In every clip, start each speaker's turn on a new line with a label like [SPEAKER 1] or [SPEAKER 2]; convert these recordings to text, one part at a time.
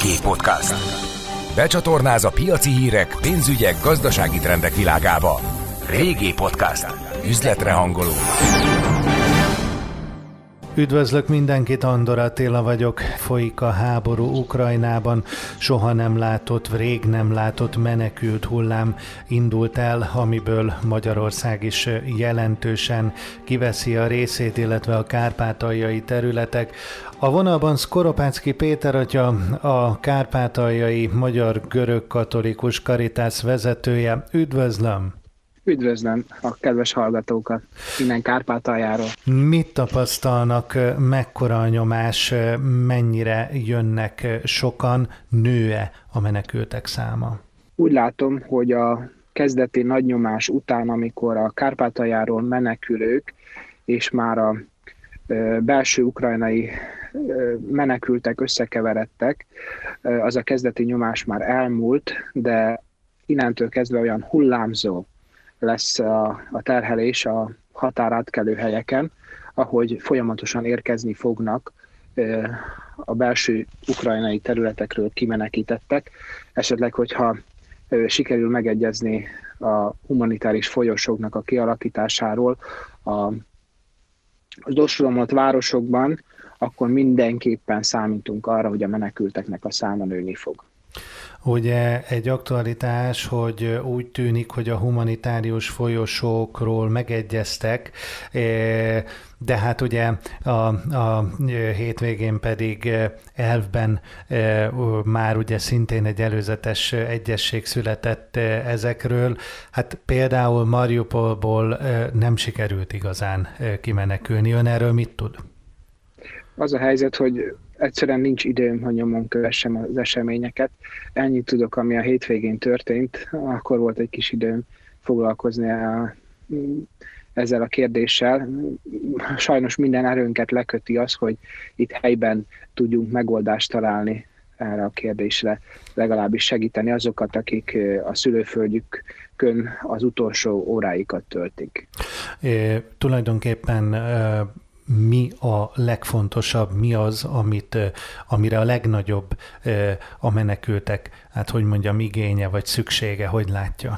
[SPEAKER 1] Régi Podcast. Becsatornáz a piaci hírek, pénzügyek, gazdasági trendek világába. Régi Podcast. Üzletre hangoló.
[SPEAKER 2] Üdvözlök mindenkit, Andor Attila vagyok. Folyik a háború Ukrajnában. Soha nem látott, rég nem látott menekült hullám indult el, amiből Magyarország is jelentősen kiveszi a részét, illetve a kárpátaljai területek. A vonalban Szkoropáczky Péter atya, a kárpátaljai magyar görög-katolikus Caritas vezetője. Üdvözlöm!
[SPEAKER 3] Üdvözlöm a kedves hallgatókat innen Kárpátaljáról.
[SPEAKER 2] Mit tapasztalnak, mekkora a nyomás, mennyire jönnek sokan, nő-e a menekültek száma?
[SPEAKER 3] Úgy látom, hogy a kezdeti nagy nyomás után, amikor a Kárpátaljáról menekülők és már a belső ukrajnai menekültek összekeveredtek, az a kezdeti nyomás már elmúlt, de innentől kezdve olyan hullámzó lesz a terhelés a határátkelő helyeken, ahogy folyamatosan érkezni fognak a belső ukrajnai területekről kimenekítettek. Esetleg, hogyha sikerül megegyezni a humanitáris folyosóknak a kialakításáról a dostromlott városokban, akkor mindenképpen számítunk arra, hogy a menekülteknek a száma nőni fog.
[SPEAKER 2] Ugye egy aktualitás, hogy úgy tűnik, hogy a humanitárius folyosókról megegyeztek, de hát ugye a hétvégén pedig elvben már ugye szintén egy előzetes egyezség született ezekről. Hát például Mariupolból nem sikerült igazán kimenekülni. Ön erről mit tud?
[SPEAKER 3] Az a helyzet, hogy egyszerűen nincs időm, hogy nyomon kövessem az eseményeket. Ennyit tudok, ami a hétvégén történt. Akkor volt egy kis időm foglalkozni ezzel a kérdéssel. Sajnos minden erőnket leköti az, hogy itt helyben tudjunk megoldást találni erre a kérdésre, legalábbis segíteni azokat, akik a szülőföldjükön az utolsó óráikat töltik.
[SPEAKER 2] Tulajdonképpen mi a legfontosabb, mi az, amire a legnagyobb a menekültek, hát hogy mondjam, igénye vagy szüksége, hogy látja?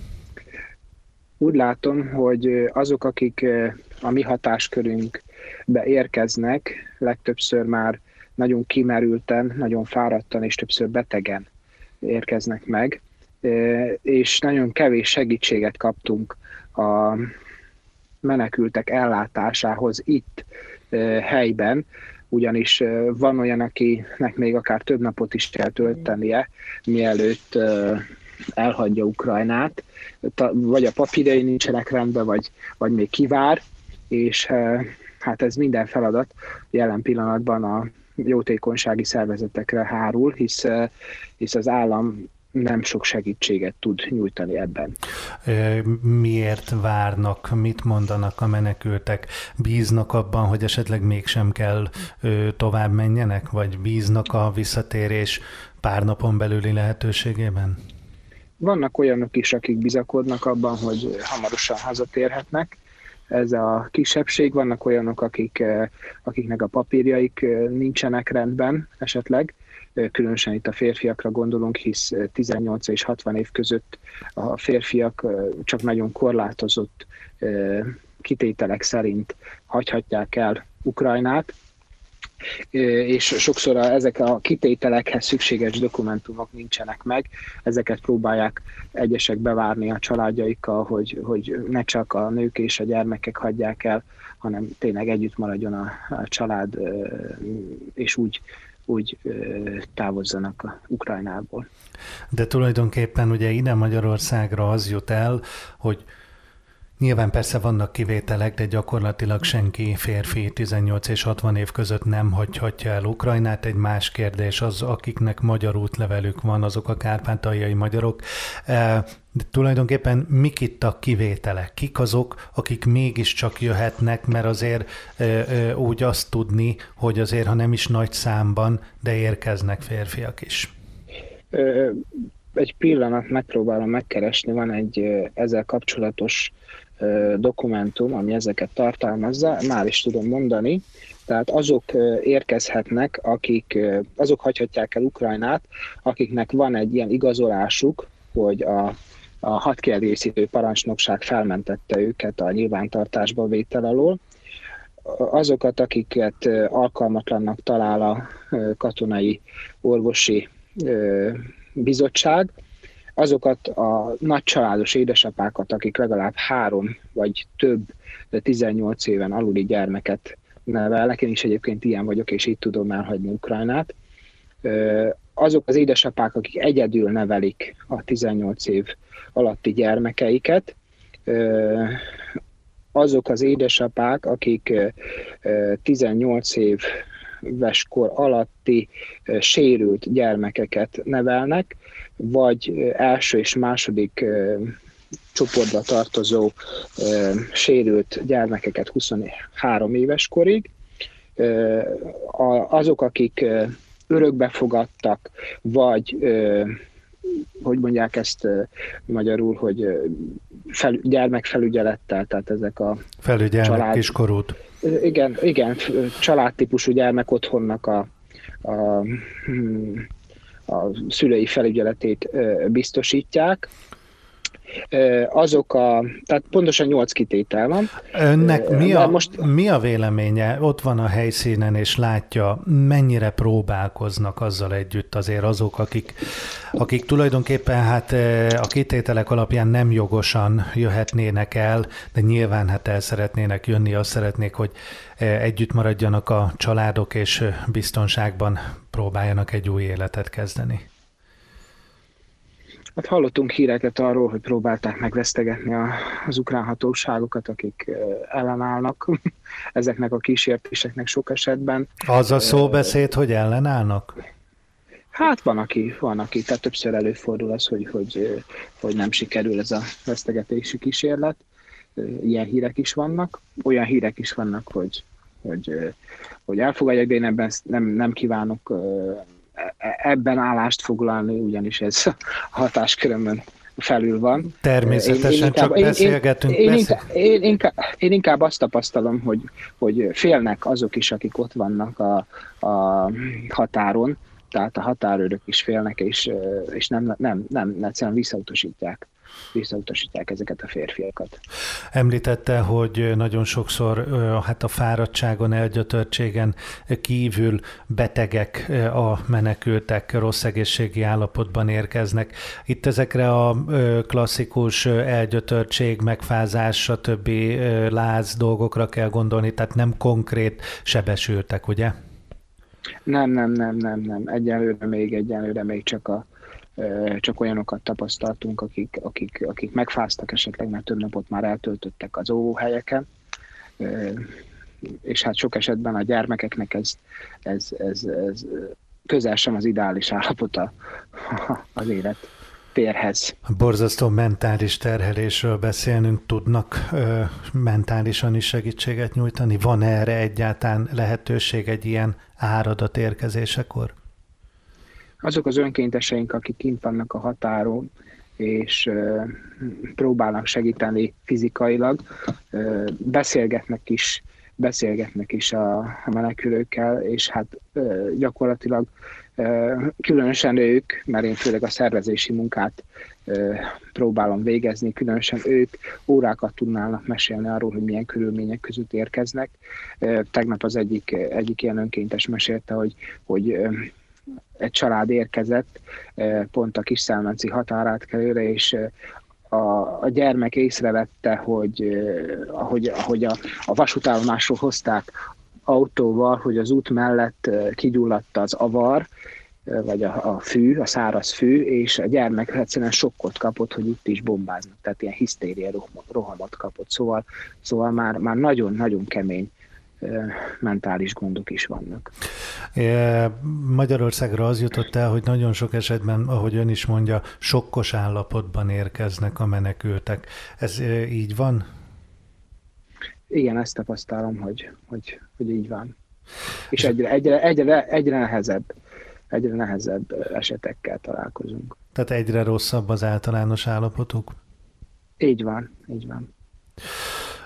[SPEAKER 3] Úgy látom, hogy azok, akik a mi hatáskörünkbe érkeznek, legtöbbször már nagyon kimerülten, nagyon fáradtan és többször betegen érkeznek meg, és nagyon kevés segítséget kaptunk a menekültek ellátásához itt helyben, ugyanis van olyan, akinek még akár több napot is kell töltenie, mielőtt elhagyja Ukrajnát, vagy a papírjai nincsenek rendben, vagy még kivár, és hát ez minden feladat jelen pillanatban a jótékonysági szervezetekre hárul, hisz az állam nem sok segítséget tud nyújtani ebben.
[SPEAKER 2] Miért várnak, mit mondanak a menekültek? Bíznak abban, hogy esetleg mégsem kell tovább menjenek, vagy bíznak a visszatérés pár napon belüli lehetőségében?
[SPEAKER 3] Vannak olyanok is, akik bizakodnak abban, hogy hamarosan hazatérhetnek. Ez a kisebbség. Vannak olyanok, akiknek a papírjaik nincsenek rendben esetleg, különösen itt a férfiakra gondolunk, hisz 18 és 60 év között a férfiak csak nagyon korlátozott kitételek szerint hagyhatják el Ukrajnát, és sokszor ezek a kitételekhez szükséges dokumentumok nincsenek meg, ezeket próbálják egyesek bevárni a családjaikkal, hogy ne csak a nők és a gyermekek hagyják el, hanem tényleg együtt maradjon a család, és úgy távozzanak a Ukrajnából.
[SPEAKER 2] De tulajdonképpen ugye ide Magyarországra az jut el, hogy nyilván persze vannak kivételek, de gyakorlatilag senki férfi 18 és 60 év között nem hagyhatja el Ukrajnát. Egy más kérdés az, akiknek magyar útlevelük van, azok a kárpátaljai magyarok. De tulajdonképpen mik itt a kivételek? Kik azok, akik mégiscsak jöhetnek, mert azért úgy azt tudni, hogy azért, ha nem is nagy számban, de érkeznek férfiak is.
[SPEAKER 3] Egy pillanat megpróbálom megkeresni, van egy ezzel kapcsolatos dokumentum, ami ezeket tartalmazza, már is tudom mondani. Tehát azok érkezhetnek, azok hagyhatják el Ukrajnát, akiknek van egy ilyen igazolásuk, hogy a hadkiegészítő parancsnokság felmentette őket a nyilvántartásba vétel alól. Azokat, akiket alkalmatlannak talál a katonai orvosi bizottság, azokat a nagycsaládos édesapákat, akik legalább 3 vagy több, de 18 éven aluli gyermeket nevelnek, én is egyébként ilyen vagyok, és így tudom elhagyni Ukrajnát. Azok az édesapák, akik egyedül nevelik a 18 év alatti gyermekeiket, azok az édesapák, akik 18 éves kor alatti sérült gyermekeket nevelnek, vagy első és második csoportba tartozó sérült gyermekeket 23 éves korig, azok, akik örökbe fogadtak, vagy hogy mondják ezt magyarul, hogy gyermekfelügyelettel, tehát ezek a
[SPEAKER 2] felügyelnek kiskorút.
[SPEAKER 3] Igen, családtípusú gyermek otthonnak a szülői felügyeletét biztosítják. Tehát pontosan 8 kitétel van.
[SPEAKER 2] Önnek mi a véleménye? Ott van a helyszínen és látja, mennyire próbálkoznak azzal együtt azért azok, akik tulajdonképpen hát a kitételek alapján nem jogosan jöhetnének el, de nyilván hát el szeretnének jönni, azt szeretnék, hogy együtt maradjanak a családok és biztonságban próbáljanak egy új életet kezdeni.
[SPEAKER 3] Hát hallottunk híreket arról, hogy próbálták megvesztegetni az ukrán hatóságokat, akik ellenállnak ezeknek a kísértéseknek sok esetben.
[SPEAKER 2] Az a szóbeszéd, hogy ellenállnak?
[SPEAKER 3] Hát van, aki, tehát többször előfordul az, hogy nem sikerül ez a vesztegetési kísérlet. Ilyen hírek is vannak. Olyan hírek is vannak, hogy elfogadják, de én ebben nem kívánok ebben állást foglalni, ugyanis ez a hatáskörömön felül van.
[SPEAKER 2] Természetesen csak beszélgetünk.
[SPEAKER 3] Én inkább azt tapasztalom, hogy félnek azok is, akik ott vannak a határon, tehát a határőrök is félnek, és nem egyszerűen visszautasítják ezeket a férfiakat.
[SPEAKER 2] Említette, hogy nagyon sokszor hát a fáradtságon, elgyötörtségen kívül betegek a menekültek, rossz egészségi állapotban érkeznek. Itt ezekre a klasszikus elgyötörtség, megfázás, stb. Láz dolgokra kell gondolni, tehát nem konkrét sebesültek, ugye?
[SPEAKER 3] Nem. Egyelőre még csak olyanokat tapasztaltunk, akik megfáztak esetleg, mert több napot már eltöltöttek az óvóhelyeken, és hát sok esetben a gyermekeknek ez közel sem az ideális állapota az élettérhez.
[SPEAKER 2] Borzasztó mentális terhelésről beszélnünk, tudnak mentálisan is segítséget nyújtani? Van erre egyáltalán lehetőség egy ilyen áradat érkezésekor?
[SPEAKER 3] Azok az önkénteseink, akik kint vannak a határon, és próbálnak segíteni fizikailag, beszélgetnek is a menekülőkkel, és hát gyakorlatilag különösen ők, mert én főleg a szervezési munkát próbálom végezni, különösen ők órákat tudnának mesélni arról, hogy milyen körülmények között érkeznek. Tegnap az egyik ilyen önkéntes mesélte, hogy egy család érkezett pont a Kisszelmenci határátkelőre, és a gyermek észrevette, hogy a vasútállomásról hozták autóval, hogy az út mellett kigyulladt az avar, vagy a fű, a száraz fű, és a gyermek egyszerűen sokkot kapott, hogy itt is bombáznak, tehát ilyen hisztéria rohamot kapott. Szóval már nagyon-nagyon kemény mentális gondok is vannak.
[SPEAKER 2] Magyarországra az jutott el, hogy nagyon sok esetben, ahogy ön is mondja, sokkos állapotban érkeznek a menekültek. Ez így van?
[SPEAKER 3] Igen, ezt tapasztalom, hogy így van. És egyre nehezebb esetekkel találkozunk.
[SPEAKER 2] Tehát egyre rosszabb az általános állapotuk?
[SPEAKER 3] Így van.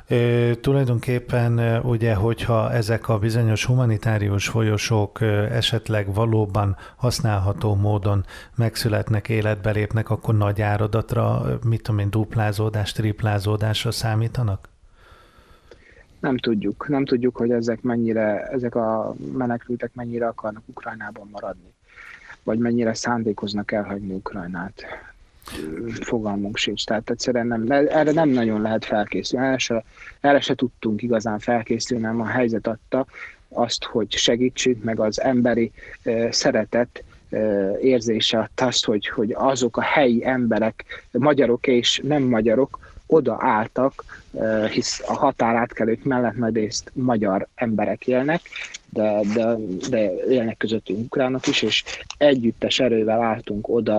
[SPEAKER 2] Tulajdonképpen ugye, hogyha ezek a bizonyos humanitárius folyosók esetleg valóban használható módon megszületnek, életbe lépnek, akkor nagy áradatra, mit tudom én, duplázódás, triplázódásra számítanak?
[SPEAKER 3] Nem tudjuk. Nem tudjuk, hogy ezek a menekültek mennyire akarnak Ukrajnában maradni, vagy mennyire szándékoznak elhagyni Ukrajnát. Fogalmunk sincs. Tehát egyszerűen erre nem nagyon lehet felkészülni. Erre se tudtunk igazán felkészülni, hanem a helyzet adta azt, hogy segítsünk, meg az emberi szeretet érzése adta azt, hogy azok a helyi emberek, magyarok és nem magyarok odaálltak, hisz a határátkelők mellett nagyrészt magyar emberek élnek, de élnek közöttünk ukránok is, és együttes erővel álltunk oda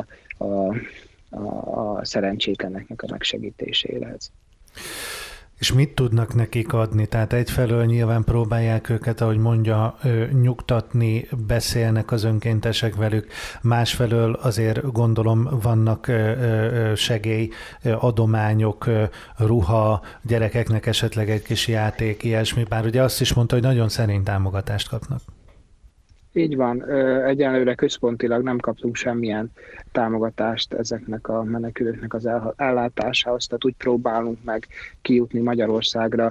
[SPEAKER 3] a szerencsétleneknek a megsegítéséhez.
[SPEAKER 2] És mit tudnak nekik adni? Tehát egyfelől nyilván próbálják őket, ahogy mondja, nyugtatni, beszélnek az önkéntesek velük, másfelől azért gondolom vannak segélyadományok, ruha, gyerekeknek esetleg egy kis játék, ilyesmi, bár ugye azt is mondta, hogy nagyon szerény támogatást kapnak.
[SPEAKER 3] Így van, egyenlőre központilag nem kaptunk semmilyen támogatást ezeknek a menekülőknek az ellátásához, tehát úgy próbálunk meg kijutni Magyarországra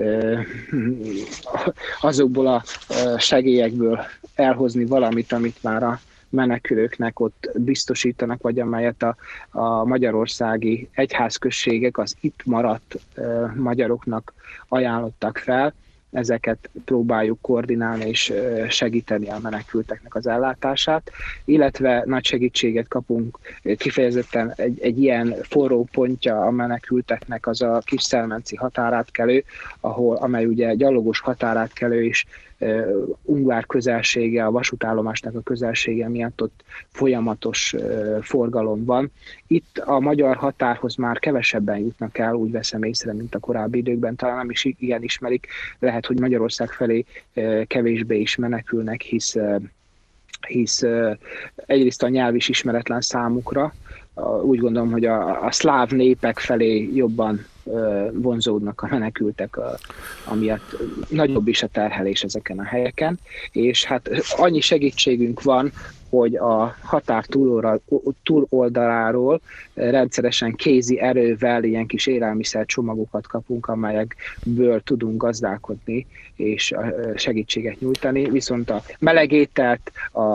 [SPEAKER 3] azokból a segélyekből elhozni valamit, amit már a menekülőknek ott biztosítanak, vagy amelyet a magyarországi egyházközségek az itt maradt magyaroknak ajánlottak fel. Ezeket próbáljuk koordinálni és segíteni a menekülteknek az ellátását, illetve nagy segítséget kapunk, kifejezetten egy ilyen forró pontja a menekülteknek az a Kisszelmenci határátkelő, amely ugye gyalogos határátkelő is, Ungvár közelsége, a vasútállomásnak a közelsége miatt ott folyamatos forgalom van. Itt a magyar határhoz már kevesebben jutnak el, úgy veszem észre, mint a korábbi időkben, talán nem is igen ismerik, lehet, hogy Magyarország felé kevésbé is menekülnek, hisz egyrészt a nyelv is ismeretlen számukra, úgy gondolom, hogy a szláv népek felé jobban vonzódnak a menekültek, amiatt nagyobb is a terhelés ezeken a helyeken, és hát annyi segítségünk van, hogy a határ túloldaláról rendszeresen kézi erővel ilyen kis élelmiszer csomagokat kapunk, amelyekből tudunk gazdálkodni és segítséget nyújtani, viszont a meleg ételt,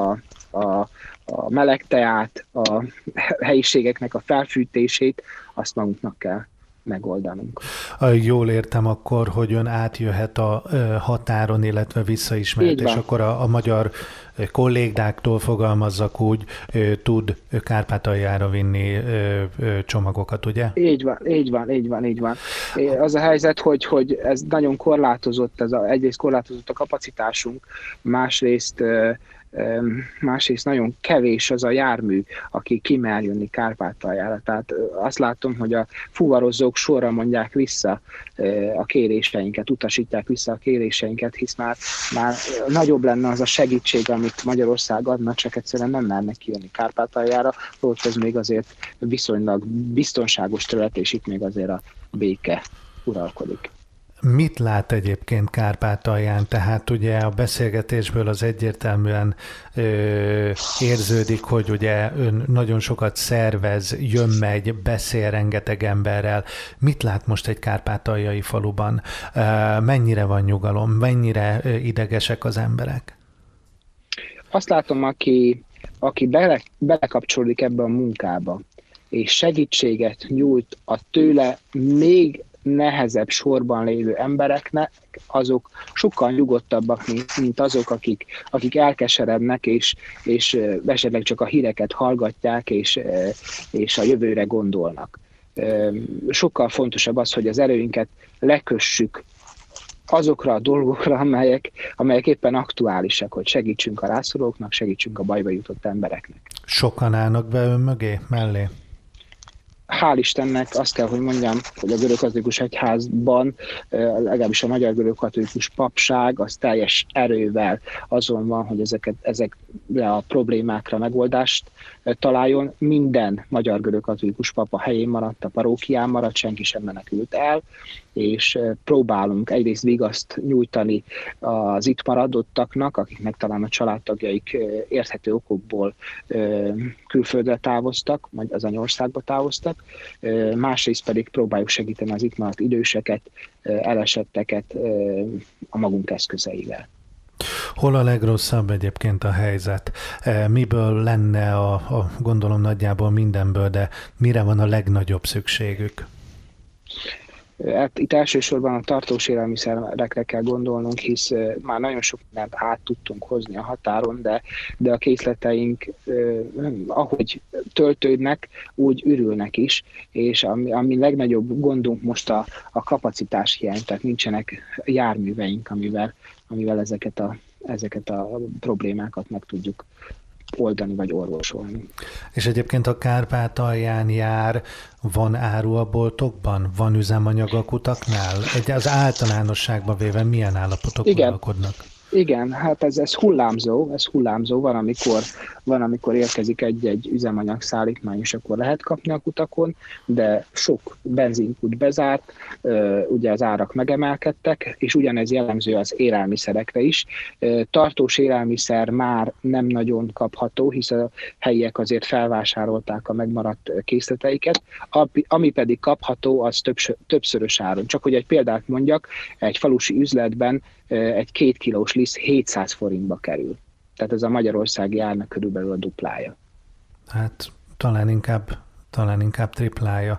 [SPEAKER 3] a meleg teát, a helyiségeknek a felfűtését, azt magunknak kell megoldanunk.
[SPEAKER 2] Jól értem akkor, hogy ön átjöhet a határon, illetve vissza is mehet, és akkor a magyar kollégáktól fogalmazzak úgy, tud Kárpátaljára vinni csomagokat, ugye?
[SPEAKER 3] Így van. Az a helyzet, hogy ez nagyon korlátozott, egyrészt korlátozott a kapacitásunk, másrészt nagyon kevés az a jármű, aki kimer jönni Kárpátaljára. Tehát azt látom, hogy a fuvarozók sorra mondják vissza a kéréseinket, utasítják vissza a kéréseinket, hisz már nagyobb lenne az a segítség, amit Magyarország adna, csak egyszerűen nem mernek kijönni Kárpátaljára, ott ez még azért viszonylag biztonságos terület, és itt még azért a béke uralkodik.
[SPEAKER 2] Mit lát egyébként Kárpátalján? Tehát ugye a beszélgetésből az egyértelműen érződik, hogy ugye ön nagyon sokat szervez, jön-megy, beszél rengeteg emberrel. Mit lát most egy kárpátaljai faluban? Mennyire van nyugalom? Mennyire idegesek az emberek?
[SPEAKER 3] Azt látom, aki belekapcsolódik ebbe a munkába, és segítséget nyújt a tőle még nehezebb sorban lévő embereknek, azok sokkal nyugodtabbak, mint azok, akik elkeserednek, és esetleg csak a híreket hallgatják, és a jövőre gondolnak. Sokkal fontosabb az, hogy az erőinket lekössük azokra a dolgokra, amelyek éppen aktuálisak, hogy segítsünk a rászorulóknak, segítsünk a bajba jutott embereknek.
[SPEAKER 2] Sokan állnak be ön mögé, mellé?
[SPEAKER 3] Hál' Istennek azt kell, hogy mondjam, hogy a görögkatolikus egyházban, legalábbis a magyar görögkatolikus papság, az teljes erővel azon van, hogy ezekre a problémákra megoldást találjon. Minden magyar görögkatolikus pap a helyén maradt, a parókián maradt, senki sem menekült el. és próbálunk egyrészt vigaszt nyújtani az itt maradottaknak, akiknek talán a családtagjaik érthető okokból külföldre távoztak, vagy az anyaországba távoztak, másrészt pedig próbáljuk segíteni az itt maradt időseket, elesetteket a magunk eszközeivel.
[SPEAKER 2] Hol a legrosszabb egyébként a helyzet? Miből lenne gondolom nagyjából mindenből, de mire van a legnagyobb szükségük?
[SPEAKER 3] Hát itt elsősorban a tartós élelmiszerekre kell gondolnunk, hisz már nagyon sok mindent át tudtunk hozni a határon, de a készleteink ahogy töltődnek, úgy ürülnek is, és ami legnagyobb gondunk most a kapacitás hiány, tehát nincsenek járműveink, amivel ezeket a problémákat meg tudjuk oldani vagy orvosolni.
[SPEAKER 2] És egyébként a Kárpátalján jár, van áru a boltokban? Van üzemanyag a kutaknál? Az általánosságban véve milyen állapotok uralkodnak?
[SPEAKER 3] Igen, hát ez hullámzó, van, amikor érkezik egy üzemanyag szállítmány, és akkor lehet kapni a kutakon, de sok benzinkút bezárt, ugye az árak megemelkedtek, és ugyanez jellemző az élelmiszerekre is. Tartós élelmiszer már nem nagyon kapható, hisz a helyiek azért felvásárolták a megmaradt készleteiket, ami pedig kapható, az többszörös áron. Csak hogy egy példát mondjak, egy falusi üzletben egy 2 kilós liszt 700 forintba kerül. Tehát ez a magyarországi árnak körülbelül a duplája.
[SPEAKER 2] Hát talán inkább triplája.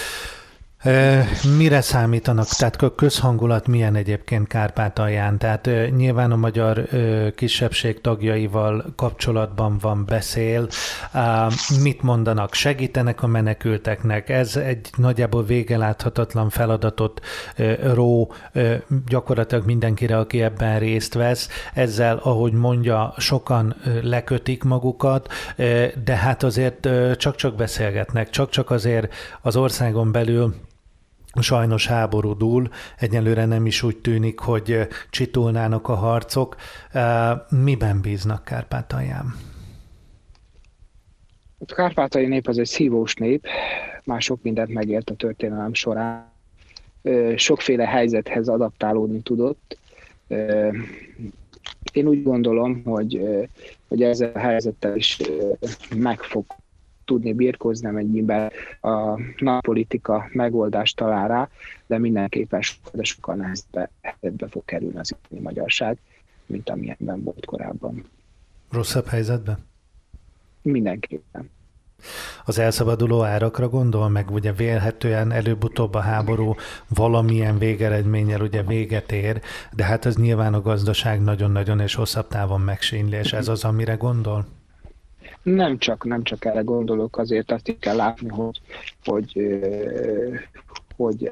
[SPEAKER 2] Mire számítanak? Tehát közhangulat milyen egyébként Kárpátalján? Tehát nyilván a magyar kisebbség tagjaival kapcsolatban van, beszél. Mit mondanak? Segítenek a menekülteknek? Ez egy nagyjából végeláthatatlan feladatot ró gyakorlatilag mindenkire, aki ebben részt vesz. Ezzel, ahogy mondja, sokan lekötik magukat, de hát azért csak-csak beszélgetnek, csak-csak azért az országon belül sajnos háború dúl, egyelőre nem is úgy tűnik, hogy csitulnának a harcok. Miben bíznak Kárpátalján?
[SPEAKER 3] A kárpátaljai nép az egy szívós nép, már sok mindent megélt a történelem során. Sokféle helyzethez adaptálódni tudott. Én úgy gondolom, hogy ezzel a helyzettel is meg fog tudni birkózni, amennyiben a nagypolitika megoldást talál rá, de mindenképpen sokkal nehezebb helyzetbe fog kerülni az itteni magyarság, mint amilyenben volt korábban.
[SPEAKER 2] Rosszabb helyzetben?
[SPEAKER 3] Mindenképpen.
[SPEAKER 2] Az elszabaduló árakra gondol, meg ugye vélhetően előbb-utóbb a háború valamilyen végeredménnyel ugye véget ér, de hát ez nyilván a gazdaság nagyon-nagyon és hosszabb távon megsínli, és ez az, amire gondol?
[SPEAKER 3] Nem csak erre gondolok, azért azt kell látni, hogy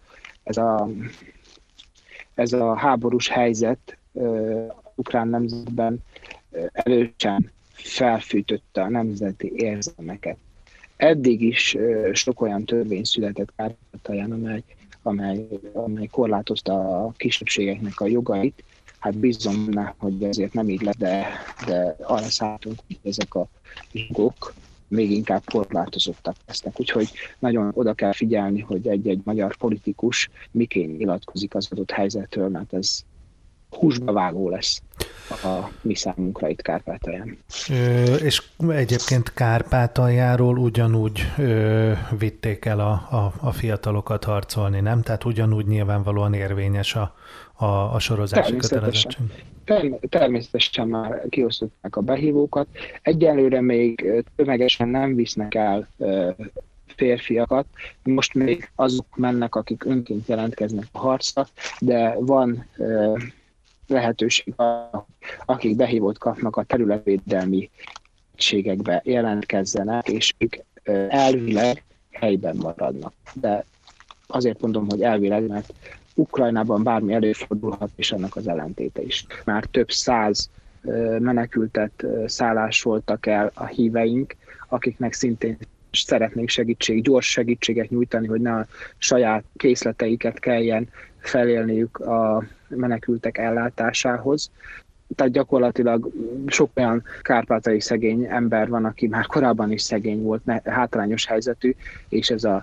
[SPEAKER 3] ez a háborús helyzet ukrán nemzetben erősen felfűtötte a nemzeti érzelmeket. Eddig is sok olyan törvény született Kárpátalján, amely korlátozta a kisebbségeknek a jogait. Hát bízom benne, hogy ezért nem így lesz, de arra szálltunk, hogy ezek a jogok még inkább korlátozottak lesznek. Úgyhogy nagyon oda kell figyelni, hogy egy magyar politikus miként nyilatkozik az adott helyzetről, mert ez húsba vágó lesz a mi számunkra itt Kárpátalján.
[SPEAKER 2] És egyébként Kárpátaljáról ugyanúgy vitték el a fiatalokat harcolni, nem? Tehát ugyanúgy nyilvánvalóan érvényes a sorozási kötelezettség.
[SPEAKER 3] Természetesen már kiosztották a behívókat. Egyelőre még tömegesen nem visznek el férfiakat. Most még azok mennek, akik önként jelentkeznek a harcra, de van lehetőség, akik behívót kapnak, a területvédelmi egységekbe jelentkezzenek, és ők elvileg helyben maradnak. De azért mondom, hogy elvileg, mert Ukrajnában bármi előfordulhat, és annak az ellentéte is. Már több 100 menekültet szállásoltak el a híveink, akiknek szintén szeretnénk gyors segítséget nyújtani, hogy ne a saját készleteiket kelljen felélniük a menekültek ellátásához. Tehát gyakorlatilag sok olyan kárpátaljai szegény ember van, aki már korábban is szegény volt, hátrányos helyzetű, és ez a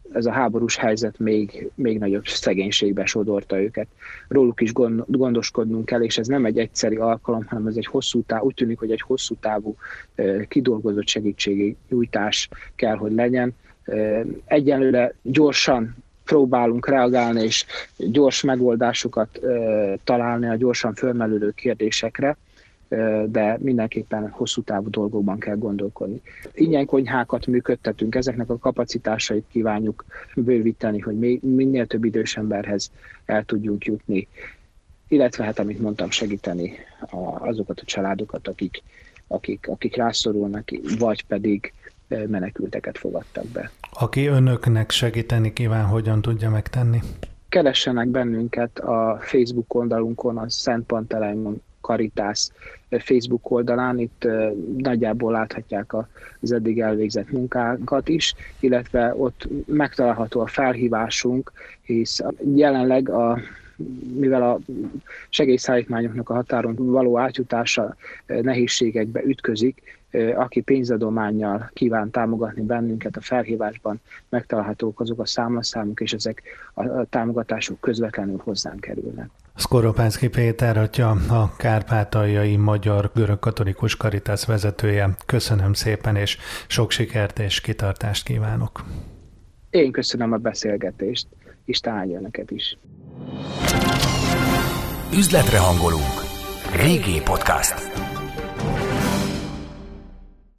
[SPEAKER 3] ez a háborús helyzet még nagyobb szegénységbe sodorta őket. Róluk is gondoskodnunk kell, és ez nem egy egyszeri alkalom, hanem ez egy hosszú távú, úgy tűnik, hogy egy hosszú távú kidolgozott segítségnyújtás kell, hogy legyen. Egyenlőre gyorsan próbálunk reagálni, és gyors megoldásokat találni a gyorsan fölmerülő kérdésekre, de mindenképpen hosszú távú dolgokban kell gondolkodni. Ingyen konyhákat működtetünk, ezeknek a kapacitásait kívánjuk bővíteni, hogy minél több idős emberhez el tudjunk jutni, illetve hát, amit mondtam, segíteni azokat a családokat, akik rászorulnak, vagy pedig menekülteket fogadtak be.
[SPEAKER 2] Aki önöknek segíteni kíván, hogyan tudja megtenni?
[SPEAKER 3] Keressenek bennünket a Facebook oldalunkon, a Szent Panteleimon Caritas Facebook oldalán, itt nagyjából láthatják az eddig elvégzett munkánkat is, illetve ott megtalálható a felhívásunk, hisz jelenleg mivel a segélyszállítmányoknak a határon való átjutása nehézségekbe ütközik, aki pénzadománnyal kíván támogatni bennünket, a felhívásban megtalálhatók azok a számlaszámok, és ezek a támogatások közvetlenül hozzánk kerülnek.
[SPEAKER 2] Szkoropánszky Péter atya, a Kárpátaljai Magyar Görögkatolikus Caritas vezetője. Köszönöm szépen, és sok sikert és kitartást kívánok.
[SPEAKER 3] Én köszönöm a beszélgetést, Isten áldja neked is.
[SPEAKER 1] Üzletre hangolunk. Régi Podcast.